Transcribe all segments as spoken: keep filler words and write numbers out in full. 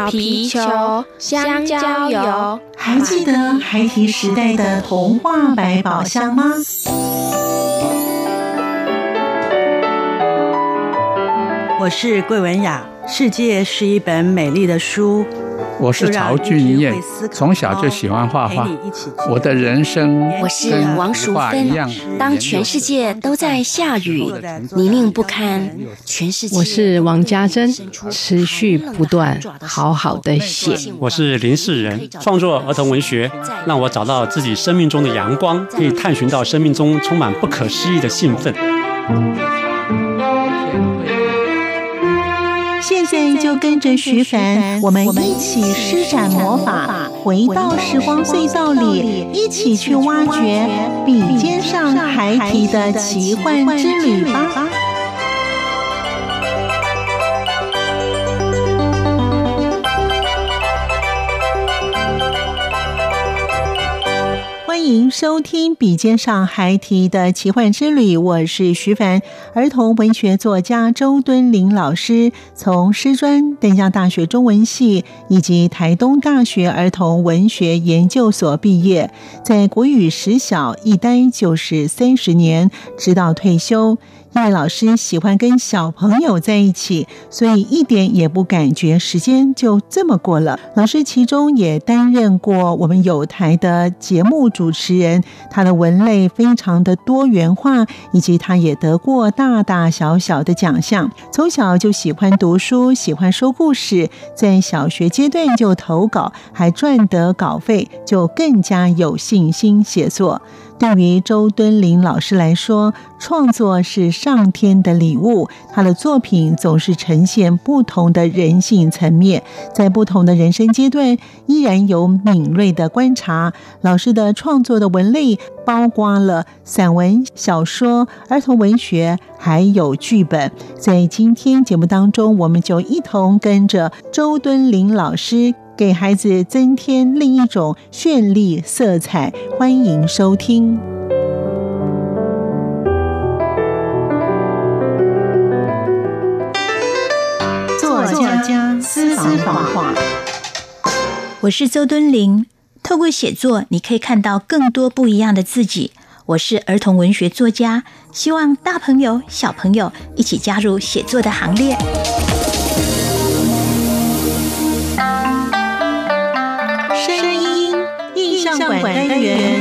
皮球、香蕉油。 还记得孩提时代的童话百宝箱吗？ 我是桂文雅，世界是一本美丽的书。 我是曹俊彦，从小就喜欢画画。我的人生我是王淑芬。当全世界都在下雨，泥泞不堪，全世界。 我是王家珍，持续不断，好好的写。 我是林世仁，创作儿童文学，让我找到自己生命中的阳光，可以探寻到生命中充满不可思议的兴奋。 现在就跟着徐凡，我们一起施展魔法，回到时光隧道里，一起去挖掘笔尖上孩提的奇幻之旅吧。欢迎收听笔尖上孩提的奇幻之旅，我是徐凡。儿童文学作家周敦林老师从师专、淡江大学中文系以及台东大学儿童文学研究所毕业，在国语实小一待就是三十年，直到退休。因为老师喜欢跟小朋友在一起，所以一点也不感觉时间就这么过了。老师其中也担任过我们有台的节目主持人，他的文类非常的多元化，以及他也得过大大小小的奖项。从小就喜欢读书，喜欢说故事，在小学阶段就投稿，还赚得稿费，就更加有信心写作。对于周敦林老师来说，创作是上天的礼物，他的作品总是呈现不同的人性层面，在不同的人生阶段依然有敏锐的观察。老师的创作的文类包括了散文、小说、儿童文学，还有剧本。在今天节目当中，我们就一同跟着周敦林老师给孩子增添另一种绚丽色彩，欢迎收听。作家私房话， 我是周敦林。透过写作，你可以看到更多不一样的自己。我是儿童文学作家，希望大朋友、小朋友一起加入写作的行列。 声音印象馆单元。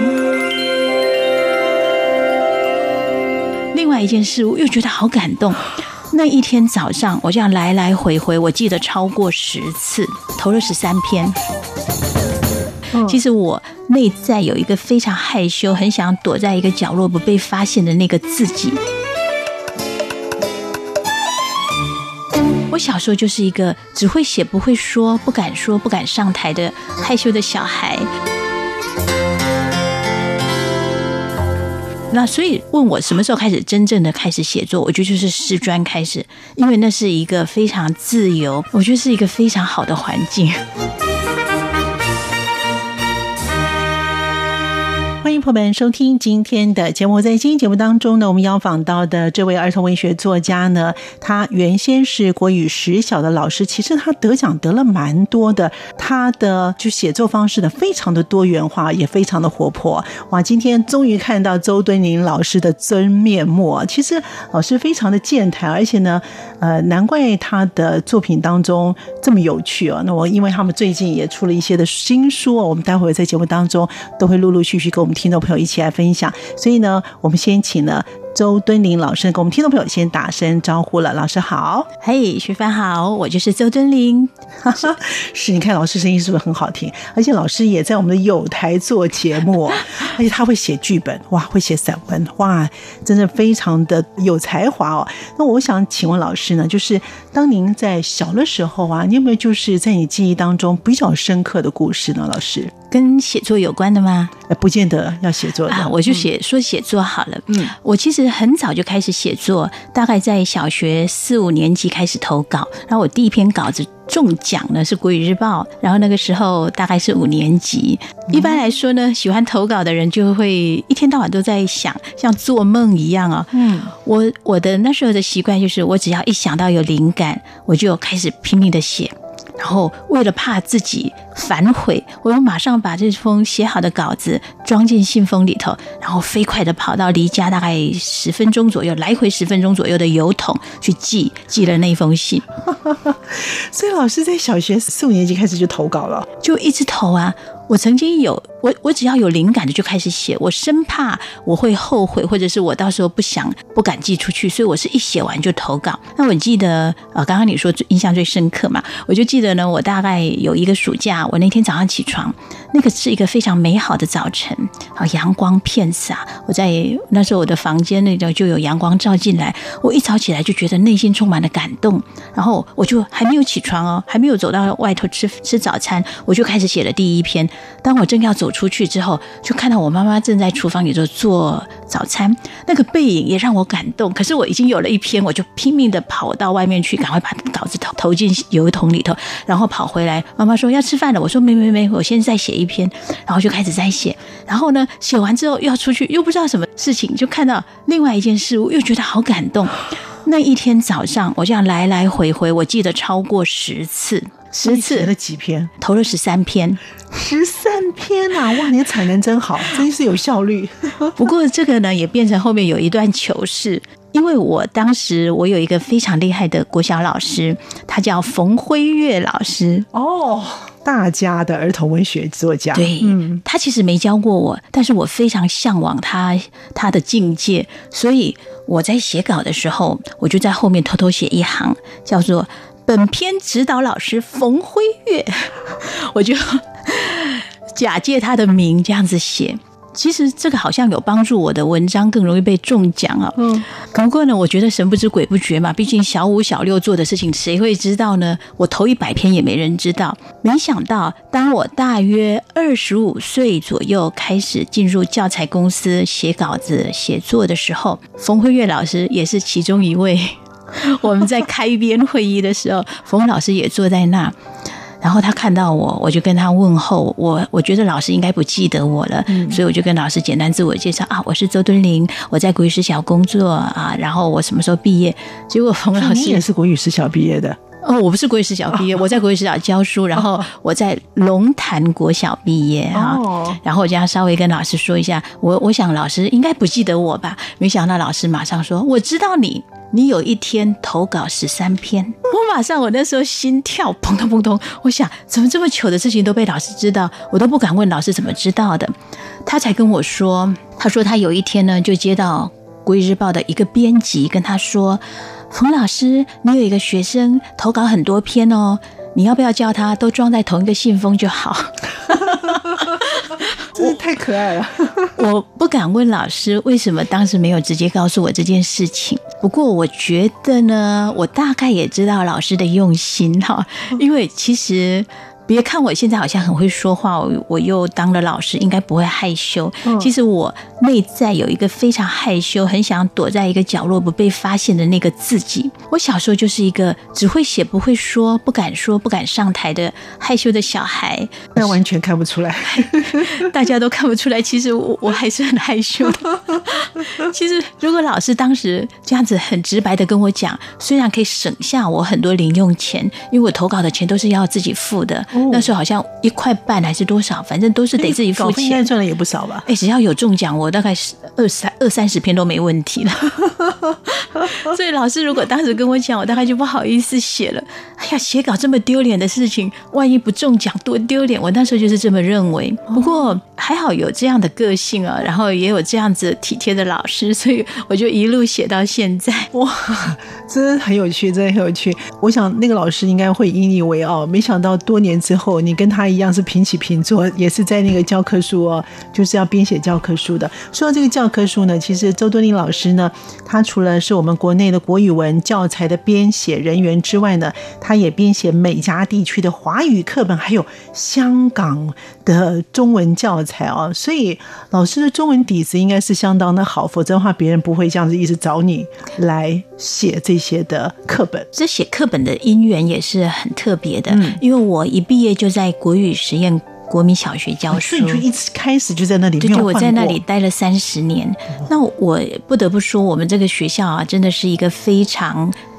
另外一件事，我又觉得好感动。那一天早上，我这样来来回回，我记得超过十次，投了十三篇。其实我内在有一个非常害羞，很想躲在一个角落不被发现的那个自己。我小时候就是一个只会写不会说、不敢说、不敢上台的害羞的小孩。那所以问我什么时候开始真正的开始写作，我觉得就是师专开始，因为那是一个非常自由，我觉得是一个非常好的环境。 欢迎朋友们收听今天的节目。在今天节目当中呢，我们邀访到的这位儿童文学作家呢，他原先是国语实小的老师，其实他得奖得了蛮多的，他的就写作方式呢非常的多元化，也非常的活泼。哇，今天终于看到周敦林老师的真面目。其实老师非常的健谈，而且呢呃，难怪他的作品当中这么有趣哦。那我因为他们最近也出了一些的新书哦，我们待会在节目当中都会陆陆续续跟我们听众朋友一起来分享。所以呢，我们先请了周敦林老师跟我们听众朋友先打声招呼了。老师好。 嘿，徐帆好，我就是周敦林。 是，你看老师声音是不是很好听？而且老师也在我们的友台做节目，而且他会写剧本，哇，会写散文，哇，真的非常的有才华哦。那我想请问老师呢，就是当您在小的时候啊，你有没有就是在你记忆当中比较深刻的故事呢？老师跟写作有关的吗？ 不见得要写作的啊， 我就写、嗯、说写作好了。嗯，我其实很早就开始写作，大概在小学四五年级开始投稿，然后我第一篇稿子中奖呢是国语日报，然后那个时候大概是五年级。一般来说呢，喜欢投稿的人就会一天到晚都在想，像做梦一样哦。嗯，我我的那时候的习惯就是，我只要一想到有灵感，我就开始拼命的写。 然后为了怕自己反悔，我又马上把这封写好的稿子装进信封里头，然后飞快的跑到离家大概十分钟左右，来回十分钟左右的邮筒去寄寄了那封信。 所以老师在小学四五年级开始就投稿了， 就一直投啊。我曾经有我我只要有灵感的就开始写，我生怕我会后悔，或者是我到时候不想不敢寄出去，所以我是一写完就投稿。那我记得呃，刚刚你说印象最深刻嘛，我就记得呢，我大概有一个暑假，我那天早上起床，那个是一个非常美好的早晨，啊，阳光遍洒，我在那时候我的房间那头就有阳光照进来，我一早起来就觉得内心充满了感动，然后我就还没有起床哦，还没有走到外头吃吃早餐，我就开始写了第一篇。当我正要走出去之后，就看到我妈妈正在厨房里头做早餐，那个背影也让我感动。可是我已经有了一篇，我就拼命的跑到外面去，赶快把稿子投投进邮筒里头，然后跑回来。妈妈说要吃饭了，我说没没没，我先再写一篇，然后就开始再写。然后呢，写完之后又要出去，又不知道什么事情，就看到另外一件事物，又觉得好感动。那一天早上，我这样来来回回，我记得超过十次。十次写了几篇？ 投了十三篇， 十三篇啊！哇，你的产能真好，真是有效率。 不过这个呢，也变成后面有一段糗事，因为我当时我有一个非常厉害的国小老师，他叫冯辉月老师哦。大家的儿童文学作家， 对，嗯，他其实没教过我，但是我非常向往他他的境界，所以我在写稿的时候，我就在后面偷偷写一行，叫做本篇指导老师冯辉月，我就假借他的名这样子写。其实这个好像有帮助我的文章更容易被中奖啊。嗯，不过呢，我觉得神不知鬼不觉嘛，毕竟小五小六做的事情谁会知道呢？我投一百篇也没人知道。没想到，当我大约二十五岁左右开始进入教材公司写稿子写作的时候，冯辉月老师也是其中一位。我们在开编会议的时候，冯老师也坐在那。然后他看到我，我就跟他问候我，我觉得老师应该不记得我了，嗯、所以我就跟老师简单自我介绍啊，我是周敦玲，我在国语实小工作啊，然后我什么时候毕业？结果冯老师你也是国语实小毕业的哦，我不是国语实小毕业，我在国语实小教书，然后我在龙潭国小毕业哈、哦，然后我这样稍微跟老师说一下，我我想老师应该不记得我吧？没想到老师马上说，我知道你。你有一天投稿十三篇，我马上我那时候心跳砰咚砰咚，我想怎么这么糗的事情都被老师知道，我都不敢问老师怎么知道的。他才跟我说，他说他有一天呢就接到国语日报的一个编辑跟他说，冯老师，你有一个学生投稿很多篇哦，你要不要叫他都装在同一个信封就好？ 真是太可爱了。 我不敢问老师为什么当时没有直接告诉我这件事情，不过我觉得呢，我大概也知道老师的用心哈，因为其实别看我现在好像很会说话，我我又当了老师，应该不会害羞。嗯、其实我内在有一个非常害羞，很想躲在一个角落不被发现的那个自己。我小时候就是一个只会写不会说、不敢说、不敢上台的害羞的小孩。 那完全看不出来， 大家都看不出来。其实我我还是很害羞的。其实如果老师当时这样子很直白的跟我讲，虽然可以省下我很多零用钱，因为我投稿的钱都是要自己付的。那时候好像一块半还是多少，反正都是得自己付钱。 稿费应该赚的也不少吧？ 哎，只要有中奖，我大概二三二三十篇都没问题了。所以老师如果当时跟我讲，我大概就不好意思写了。哎呀，写稿这么丢脸的事情，万一不中奖多丢脸！我那时候就是这么认为。不过还好有这样的个性啊，然后也有这样子体贴的老师，所以我就一路写到现在。 哇，真很有趣，真的很有趣。我想那个老师应该会引以为傲。没想到多年之后，你跟他一样是平起平坐，也是在那个教科书哦，就是要编写教科书的。说到这个教科书呢，其实周敦玲老师呢，他除了是我们国内的国语文教材的编写人员之外呢，他也编写美加地区的华语课本，还有香港的中文教材哦。所以老师的中文底子应该是相当的好，否则的话别人不会这样子一直找你来写这些的课本。 这写课本的因缘也是很特别的，嗯、因为我一毕业就在国语实验国民小学教书， 所以你就一直开始就在那里没有换过。 对对，我在那里待了三十年。那我不得不说，我们这个学校啊，真的是一个非常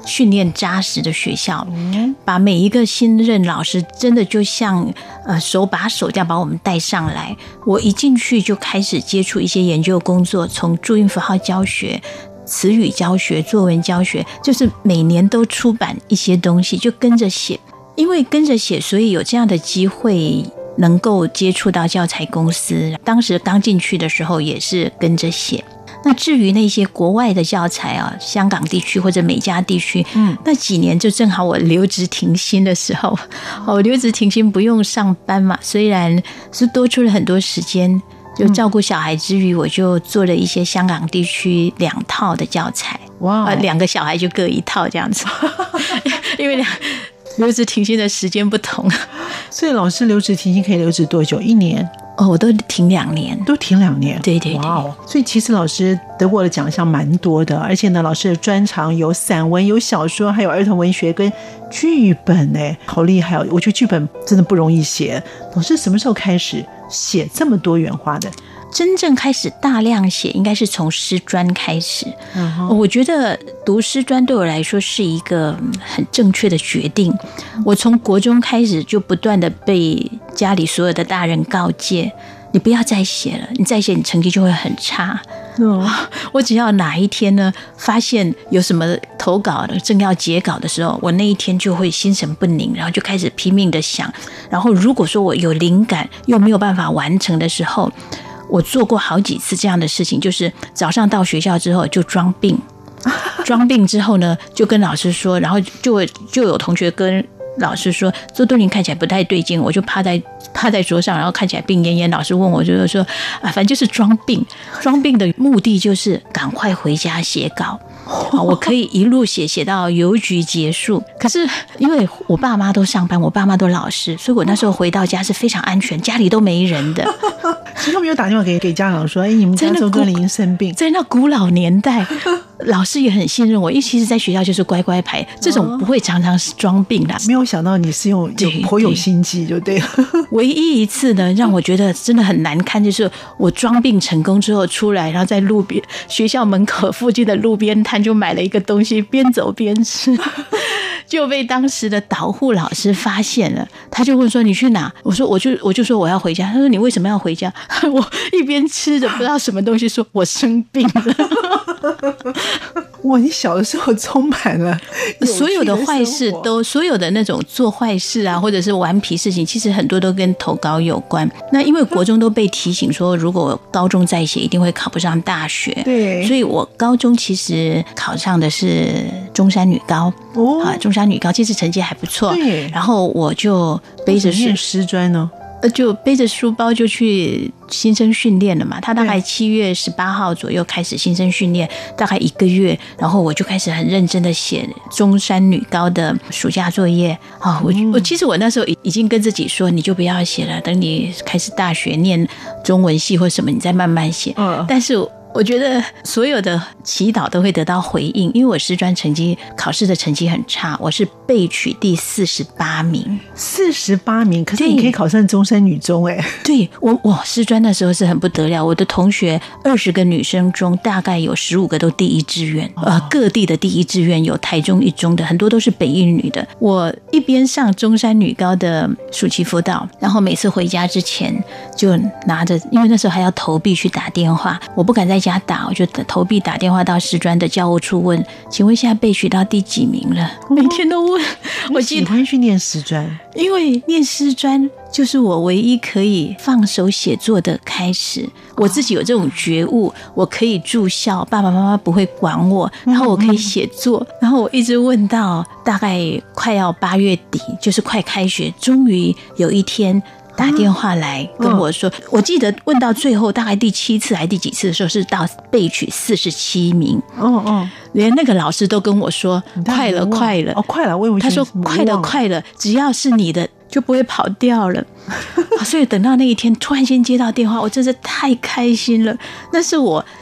训练扎实的学校，把每一个新任老师真的就像呃手把手这样把我们带上来。我一进去就开始接触一些研究工作，从注音符号教学、词语教学、作文教学，就是每年都出版一些东西，就跟着写。因为跟着写，所以有这样的机会能够接触到教材公司。当时刚进去的时候也是跟着写。那至于那些国外的教材啊，香港地区或者美加地区，嗯，那几年就正好我留职停薪的时候，我留职停薪不用上班嘛，虽然是多出了很多时间，就照顾小孩之余，我就做了一些香港地区两套的教材。哇、呃，两个小孩就各一套这样子，因为两。留职停薪的时间不同， 所以老师留职停薪可以留职多久？一年？ 哦，我都停两年， 都停两年。 对对对， 哇哦！所以其实老师得过的奖项蛮多的，而且呢，老师的专长有散文、有小说，还有儿童文学跟剧本，哎，好厉害哦！我觉得剧本真的不容易写。老师什么时候开始写这么多元化的？ 真正开始大量写应该是从师专开始、uh-huh. 我觉得读师专对我来说是一个很正确的决定。我从国中开始就不断的被家里所有的大人告诫，你不要再写了，你再写你成绩就会很差、uh-huh. 我只要哪一天呢发现有什么投稿正要截稿的时候，我那一天就会心神不宁，然后就开始拼命的想，然后如果说我有灵感又没有办法完成的时候，我做过好几次这样的事情，就是早上到学校之后就装病，装病之后呢，就跟老师说，然后就就有同学跟老师说周敦霖看起来不太对劲，我就趴在趴在桌上，然后看起来病恹恹。老师问我，就是说啊，反正就是装病。装病的目的就是赶快回家写稿。我可以一路写写到邮局结束。可是因为我爸妈都上班，我爸妈都老师，所以我那时候回到家是非常安全，家里都没人的。 所以他们有打电话给给家长说：“哎，你们家周敦霖生病。” 在那古老年代，老师也很信任我，因为其实在学校就是乖乖牌，这种不会常常是装病的。 没有想到你是用有颇有心机，就对了。 唯一一次呢，让我觉得真的很难堪，就是我装病成功之后出来，然后在路边学校门口附近的路边摊就买了一个东西，边走边吃，就被当时的导护老师发现了。他就问说：“你去哪？”我说：“我就我就说我要回家。”他说：“你为什么要回家？”我一边吃着不知道什么东西，说：“我生病了。” 哇，你小的时候充满了所有的坏事都，所有的那种做坏事啊，或者是顽皮事情，其实很多都跟投稿有关。那因为国中都被提醒说，如果高中再写，一定会考不上大学。 对， 所以我高中其实考上的是中山女高。哦，啊，中山女高其实成绩还不错。对，然后我就背着念师专呢。 呃，就背着书包就去新生训练了嘛。他大概七月十八号左右开始新生训练，大概一个月，然后我就开始很认真的写中山女高的暑假作业。啊、哦，我我其实我那时候已经跟自己说，你就不要写了，等你开始大学念中文系或什么，你再慢慢写。嗯，但是我觉得所有的祈祷都会得到回应，因为我师专成绩考试的成绩很差，我是备取第四十八名。 四十八名，可是你可以考上中山女中哎。 对，我我师专那时候是很不得了，我的同学二十个女生中，大概有十五个都第一志愿，哦、呃，各地的第一志愿有台中一中的，很多都是北一女的。我一边上中山女高的暑期辅导，然后每次回家之前就拿着，因为那时候还要投币去打电话，我不敢在家打，我就投币打电话到师专的教务处问，请问现在备取到第几名了？每天都问。 我喜欢去念师专， 因为念师专就是我唯一可以放手写作的开始。我自己有这种觉悟，我可以住校，爸爸妈妈不会管我，然后我可以写作，然后我一直问到大概快要八月底，就是快开学，终于有一天打电话来跟我说、嗯、我记得问到最后大概第七次还第几次的时候是到备取四十七名。哦哦，连那个老师都跟我说快了快了。 哦，快了，我以为他说快了快了，只要是你的就不会跑掉了。所以等到那一天突然间接到电话，我真是太开心了。那是我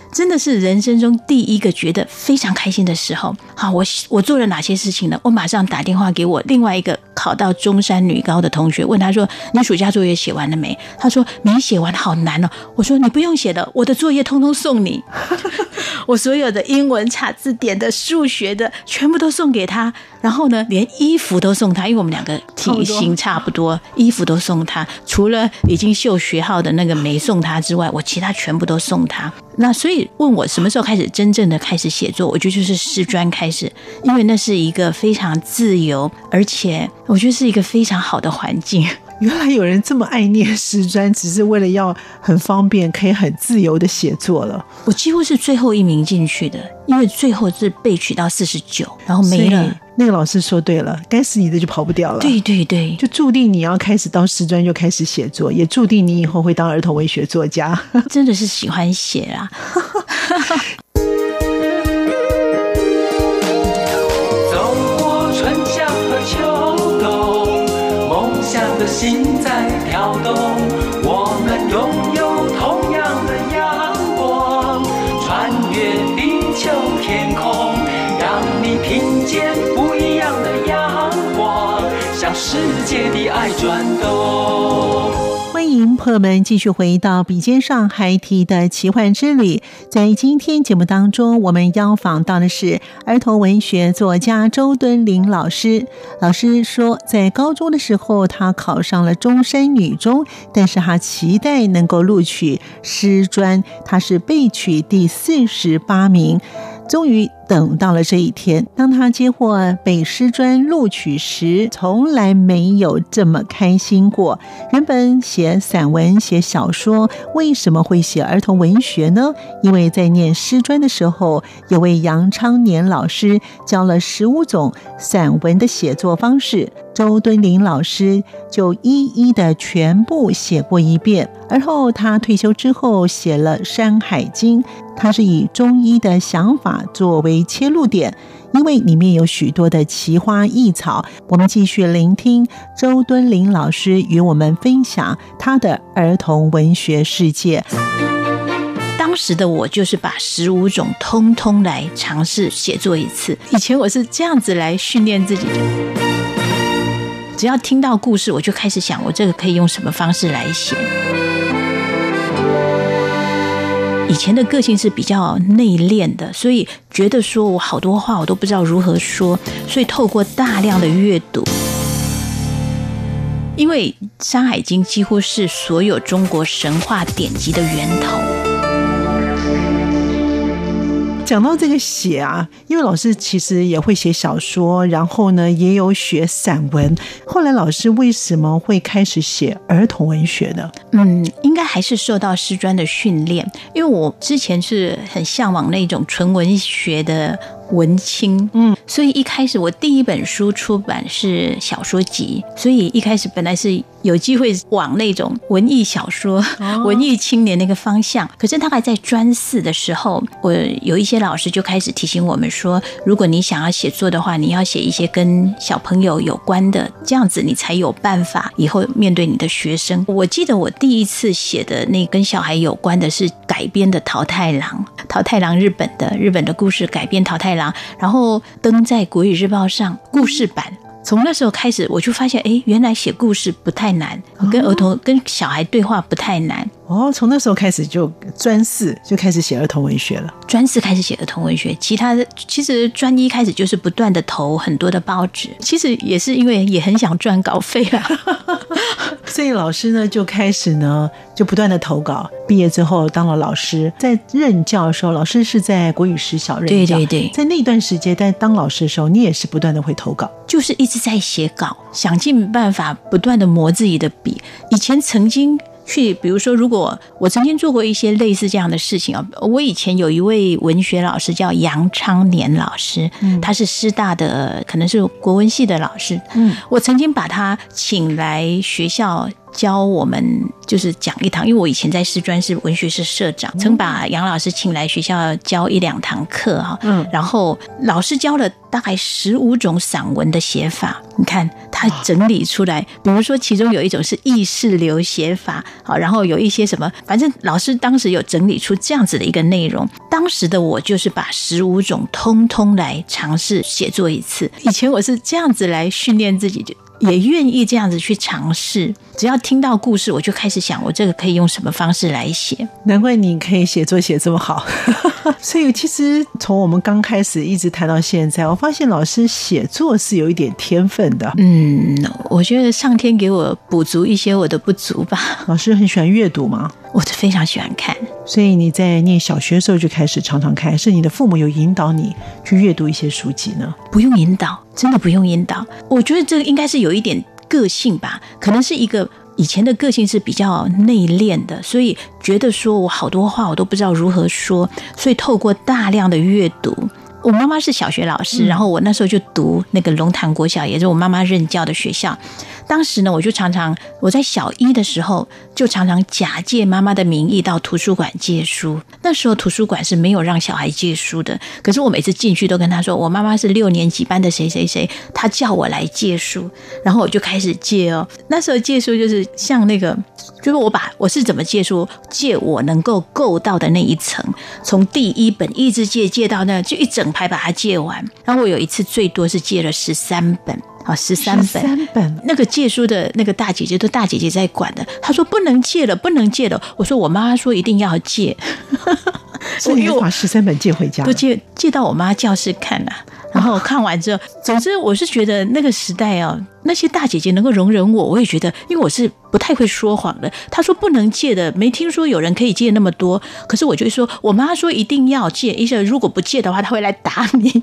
真的是人生中第一个觉得非常开心的时候。好，我我做了哪些事情呢？我马上打电话给我另外一个考到中山女高的同学，问他说：“你暑假作业写完了没？”他说：“没写完，好难哦。”我说：“你不用写的，我的作业通通送你。”我所有的英文查字典的、数学的，全部都送给他。然后呢，连衣服都送他，因为我们两个体型差不多，衣服都送他。除了已经秀学号的那个没送他之外，我其他全部都送他。那所以问我什么时候开始真正的开始写作，我觉得就是师专开始，因为那是一个非常自由，而且我觉得是一个非常好的环境。 原来有人这么爱念师专，只是为了要很方便可以很自由的写作了。 我几乎是最后一名进去的，因为最后是被取到四十九，然后没了。 那个老师说对了，该是你的就跑不掉了。 对对对， 就注定你要开始到师专就开始写作，也注定你以后会当儿童文学作家。 真的是喜欢写啊。 走过春夏和秋冬，梦想的心在跳动，我们拥有同样的阳光，穿越地球天空，让你听见不一样的阳光，向世界的爱转动。 欢迎朋友们继续回到笔尖上孩提的奇幻之旅。在今天节目当中，我们邀访到的是儿童文学作家周敦林老师。老师说，在高中的时候他考上了中山女中，但是他期待能够录取师专，他是被取第四十八名。终于等到了这一天，当他接获被师专录取时，从来没有这么开心过。原本写散文、写小说，为什么会写儿童文学呢？因为在念师专的时候，有位杨昌年老师教了十五种散文的写作方式，周敦林老师就一一的全部写过一遍。而后他退休之后写了《山海经》，他是以中医的想法作为切入点，因为里面有许多的奇花异草。我们继续聆听周敦林老师与我们分享他的儿童文学世界。 当时的我就是把十五种通通来尝试写作一次，以前我是这样子来训练自己的。只要听到故事，我就开始想我这个可以用什么方式来写。以前的个性是比较内敛的，所以觉得说我好多话我都不知道如何说，所以透过大量的阅读，因为《山海经》几乎是所有中国神话典籍的源头。 讲到这个写啊，因为老师其实也会写小说，然后呢也有写散文，后来老师为什么会开始写儿童文学呢？ 嗯，应该还是受到师专的训练，因为我之前是很向往那种纯文学的文青，嗯，所以一开始我第一本书出版是小说集，所以一开始本来是有机会往那种文艺小说、哦、文艺青年那个方向。可是大概在专四的时候，我有一些老师就开始提醒我们说，如果你想要写作的话，你要写一些跟小朋友有关的，这样子你才有办法以后面对你的学生。我记得我第一次写的那跟小孩有关的是改编的桃太郎，桃太郎日本的日本的故事改编桃太郎，然后登在国语日报上故事版。从那时候开始我就发现，哎，原来写故事不太难，跟儿童、哦、跟小孩对话不太难。 哦，从那时候开始就专四就开始写儿童文学了。 专四开始写儿童文学，其他的其实专一开始就是不断的投很多的报纸，其实也是因为也很想赚稿费啦。 所以老师呢就开始呢就不断的投稿，毕业之后当了老师，在任教的时候，老师是在国语实小任教， 对对对， 在那段时间在当老师的时候，你也是不断的会投稿， 就是一直在写稿，想尽办法不断的磨自己的笔。以前曾经去，比如说，如果我曾经做过一些类似这样的事情啊，我以前有一位文学老师叫杨昌年老师，嗯、他是师大的，可能是国文系的老师，嗯，我曾经把他请来学校教我们，就是讲一堂，因为我以前在师专是文学社社长，曾把杨老师请来学校教一两堂课哈，嗯，然后老师教了大概十五种散文的写法， 你看他整理出来，比如说其中有一种是意识流写法，好，然后有一些什么，反正老师当时有整理出这样子的一个内容。当时的我就是把十五种通通来尝试写作一次。以前我是这样子来训练自己，就也愿意这样子去尝试。只要听到故事，我就开始想，我这个可以用什么方式来写。 难怪你可以写作写这么好。所以其实从我们刚开始一直谈到现在，我发现老师写作是有一点天分的。 嗯，我觉得上天给我补足一些我的不足吧。 老师很喜欢阅读吗？ 我非常喜欢看。 所以你在念小学的时候就开始常常看，是你的父母有引导你去阅读一些书籍呢？ 不用引导，真的不用引导。我觉得这个应该是有一点个性吧，可能是一个以前的个性是比较内敛的，所以觉得说我好多话我都不知道如何说，所以透过大量的阅读。我妈妈是小学老师，然后我那时候就读那个龙潭国小，也是我妈妈任教的学校。当时呢，我就常常我在小一的时候就常常假借妈妈的名义到图书馆借书。那时候图书馆是没有让小孩借书的，可是我每次进去都跟他说，我妈妈是六年级班的谁谁谁，她叫我来借书，然后我就开始借哦。那时候借书就是像那个，就是我把我是怎么借书，借我能够够到的那一层，从第一本一直借借到那，就一整排把它借完。然后我有一次最多是借了十三本。啊，十三本， 十三本， 那个借书的那个大姐姐都大姐姐在管的，她说不能借了，不能借了。我说我妈妈说一定要借， 所以你把十三本借回家， 都借借到我妈教室看了、啊。然后看完之后，总之我是觉得那个时代哦，那些大姐姐能够容忍我，我也觉得，因为我是不太会说谎的。她说不能借的，没听说有人可以借那么多。可是我就说，我妈说一定要借，意思如果不借的话，她会来打你。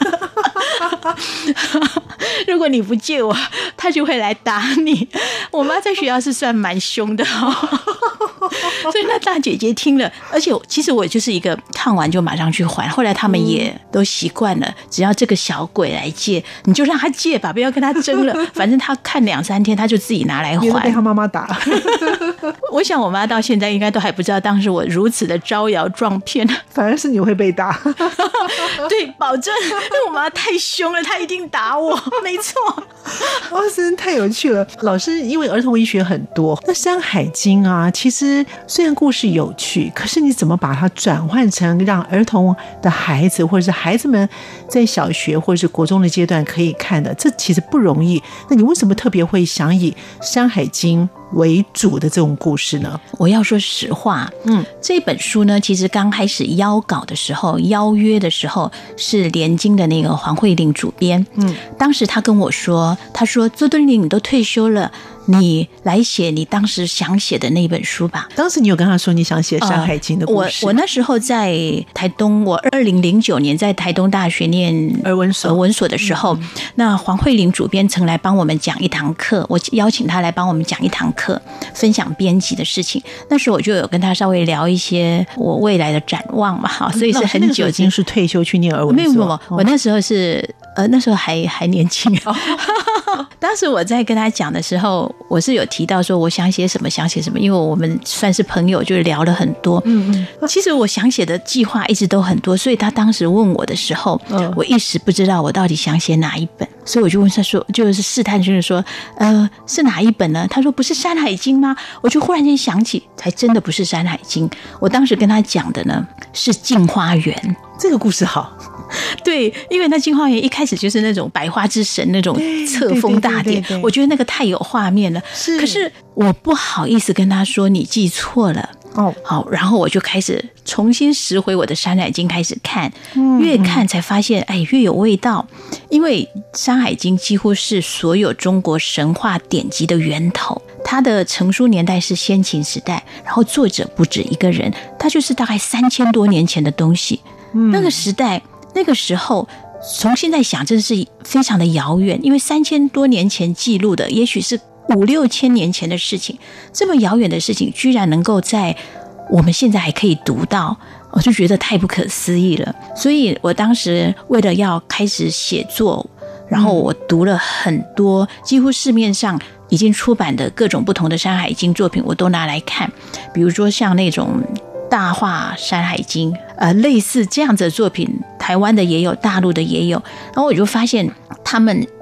如果你不借我，他就会来打你。我妈在学校是算蛮凶的哦，所以那大姐姐听了，而且其实我就是一个看完就马上去还，后来他们也都习惯了，只要这个小鬼来借，你就让他借吧，不要跟他争了，反正他看两三天他就自己拿来还。 你被他妈妈打。 我想我妈到现在应该都还不知道当时我如此的招摇撞骗， 反而是你会被打。 对，保证，因为我妈太凶了，她一定打我。没错。 哇，真的太有趣了。老师因为儿童文学很多，那《山海经》啊，其实虽然故事有趣，可是你怎么把它转换成让儿童的孩子或者是孩子们在小学或者是国中的阶段可以看的，这其实不容易。那你为什么特别会想以《山海经》为主的这种故事呢？ 我要说实话，嗯，这本书呢，其实刚开始邀稿的时候，邀约的时候是联经的那个黄慧玲主编，嗯，当时他跟我说，他说周敦林你都退休了，你来写你当时想写的那本书吧。 当时你有跟他说你想写《山海经》的故事？ 呃、我我那时候在台东，我二零零九年在台东大学念儿文所儿文所的时候，嗯、那黄慧玲主编曾来帮我们讲一堂课，我邀请他来帮我们讲一堂课，分享编辑的事情。那时候我就有跟他稍微聊一些我未来的展望嘛，所以是很久已经是退休去念儿文所。 没有没有，我那时候是呃那时候还还年轻。哦、当时我在跟他讲的时候，我是有提到说我想写什么想写什么，因为我们算是朋友，就聊了很多。嗯嗯，其实我想写的计划一直都很多，所以他当时问我的时候，嗯、我一时不知道我到底想写哪一本，所以我就问他说，就是试探性的说，呃，是哪一本呢？他说不是《山海经》吗？我就忽然间想起，才真的不是《山海经》。我当时跟他讲的呢是《镜花缘》。 这个故事好。 对，因为那镜花缘一开始就是那种百花之神那种册封大典，我觉得那个太有画面了。是，可是我不好意思跟他说你记错了。哦，好，然后我就开始重新拾回我的《山海经》开始看，嗯、越看才发现，哎，越有味道。因为《山海经》几乎是所有中国神话典籍的源头，它的成书年代是先秦时代，然后作者不止一个人，它就是大概三千多年前的东西。嗯、那个时代。那个时候从现在想真的是非常的遥远，因为三千多年前记录的也许是五六千年前的事情，这么遥远的事情居然能够在我们现在还可以读到，我就觉得太不可思议了。所以我当时为了要开始写作，然后我读了很多几乎市面上已经出版的各种不同的《山海经》作品，我都拿来看，比如说像那种大话《山海经》，呃，类似这样子的作品，台湾的也有，大陆的也有。然后我就发现，他们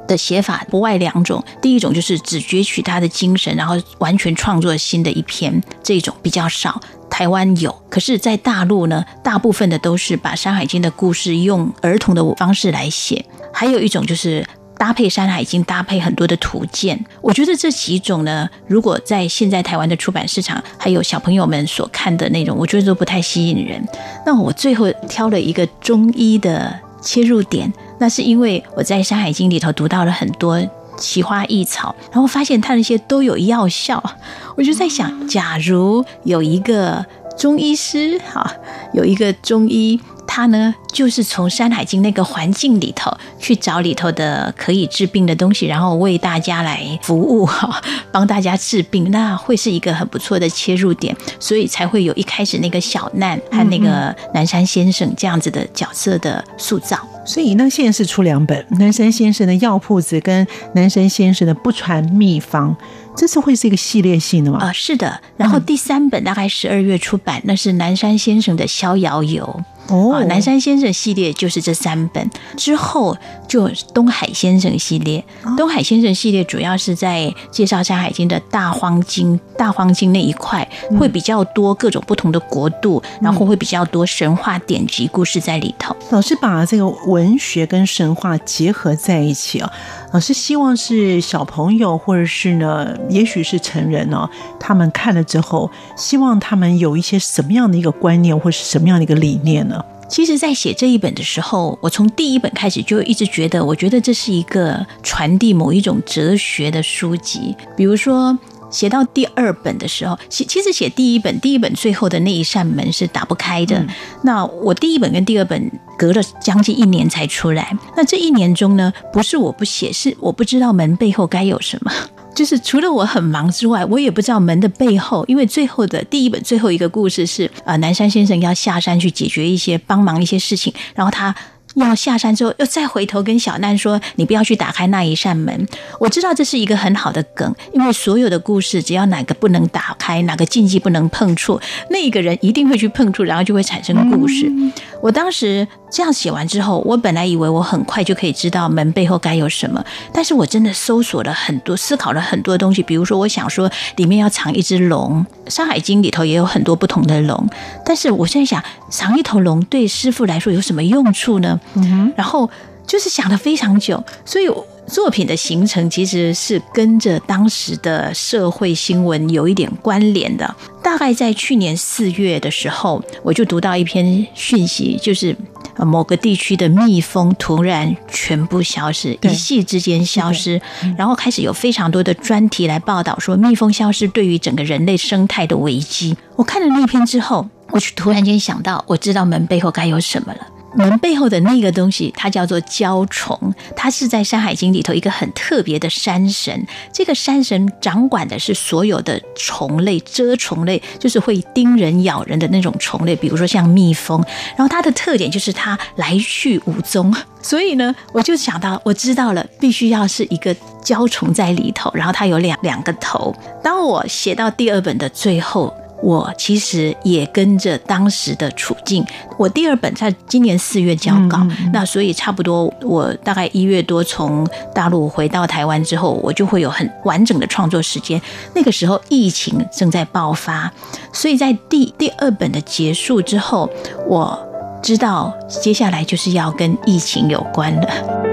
的写法不外两种，第一种就是只攫取他的精神，然后完全创作新的一篇，这种比较少，台湾有，可是在大陆呢，大部分的都是把《山海经》的故事用儿童的方式来写。还有一种就是搭配《山海经》，搭配很多的图鉴。我觉得这几种呢，如果在现在台湾的出版市场还有小朋友们所看的内容，我觉得都不太吸引人。那我最后挑了一个中医的切入点，那是因为我在《山海经》里头读到了很多奇花异草，然后发现它那些都有药效。我就在想，假如有一个中医师，哈，有一个中医，他呢就是从《山海经》那个环境里头去找里头的可以治病的东西，然后为大家来服务，帮大家治病，那会是一个很不错的切入点，所以才会有一开始那个小难和那个南山先生这样子的角色的塑造。 所以那现在是出两本，南山先生的药铺子跟南山先生的不传秘方，这次会是一个系列性的吗？ 呃，是的。然后第三本大概十二月出版，那是南山先生的逍遥游。哦、啊，南山先生系列就是这三本，之后就东海先生系列。哦、东海先生系列主要是在介绍《山海经》的大荒经，大荒经那一块会比较多各种不同的国度，嗯、然后会比较多神话典籍故事在里头。 老师把这个文学跟神话结合在一起啊，老师希望是小朋友或者是呢，也许是成人哦，他们看了之后，希望他们有一些什么样的一个观念，或是什么样的一个理念呢？ 其实在写这一本的时候，我从第一本开始就一直觉得，我觉得这是一个传递某一种哲学的书籍。比如说写到第二本的时候，其实写第一本第一本最后的那一扇门是打不开的、嗯、那我第一本跟第二本隔了将近一年才出来，那这一年中呢，不是我不写，是我不知道门背后该有什么，就是除了我很忙之外，我也不知道门的背后。因为最后的第一本最后一个故事是呃，南山先生要下山去解决一些帮忙一些事情，然后他要下山之后又再回头跟小难说，你不要去打开那一扇门。我知道这是一个很好的梗，因为所有的故事只要哪个不能打开，哪个禁忌不能碰触，那个人一定会去碰触，然后就会产生故事。我当时这样写完之后，我本来以为我很快就可以知道门背后该有什么，但是我真的搜索了很多，思考了很多东西。比如说我想说里面要藏一只龙，山海经里头也有很多不同的龙，但是我现在想，藏一头龙对师父来说有什么用处呢？嗯、然后就是想了非常久，所以作品的形成其实是跟着当时的社会新闻有一点关联的。大概在去年四月的时候，我就读到一篇讯息，就是某个地区的蜜蜂突然全部消失，一夕之间消失，然后开始有非常多的专题来报道说蜜蜂消失对于整个人类生态的危机。我看了那篇之后，我就突然间想到，我知道门背后该有什么了。门背后的那个东西，它叫做蛟虫，它是在《山海经》里头一个很特别的山神。这个山神掌管的是所有的虫类，蛰虫类，就是会叮人咬人的那种虫类，比如说像蜜蜂。然后它的特点就是它来去无踪，所以呢，我就想到，我知道了，必须要是一个蛟虫在里头，然后它有两两个头。当我写到第二本的最后，我其实也跟着当时的处境，我第二本在今年四月交稿、嗯嗯、那所以差不多我大概一月多从大陆回到台湾之后，我就会有很完整的创作时间。那个时候疫情正在爆发，所以在第第二本的结束之后，我知道接下来就是要跟疫情有关了。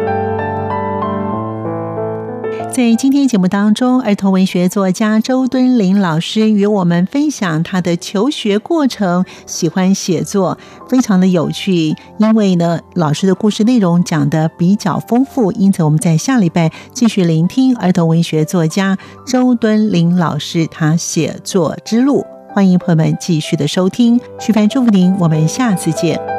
在今天节目当中，儿童文学作家周敦林老师与我们分享他的求学过程，喜欢写作，非常的有趣。因为呢，老师的故事内容讲得比较丰富，因此我们在下礼拜继续聆听儿童文学作家周敦林老师他写作之路。欢迎朋友们继续的收听，徐凡祝福您，我们下次见。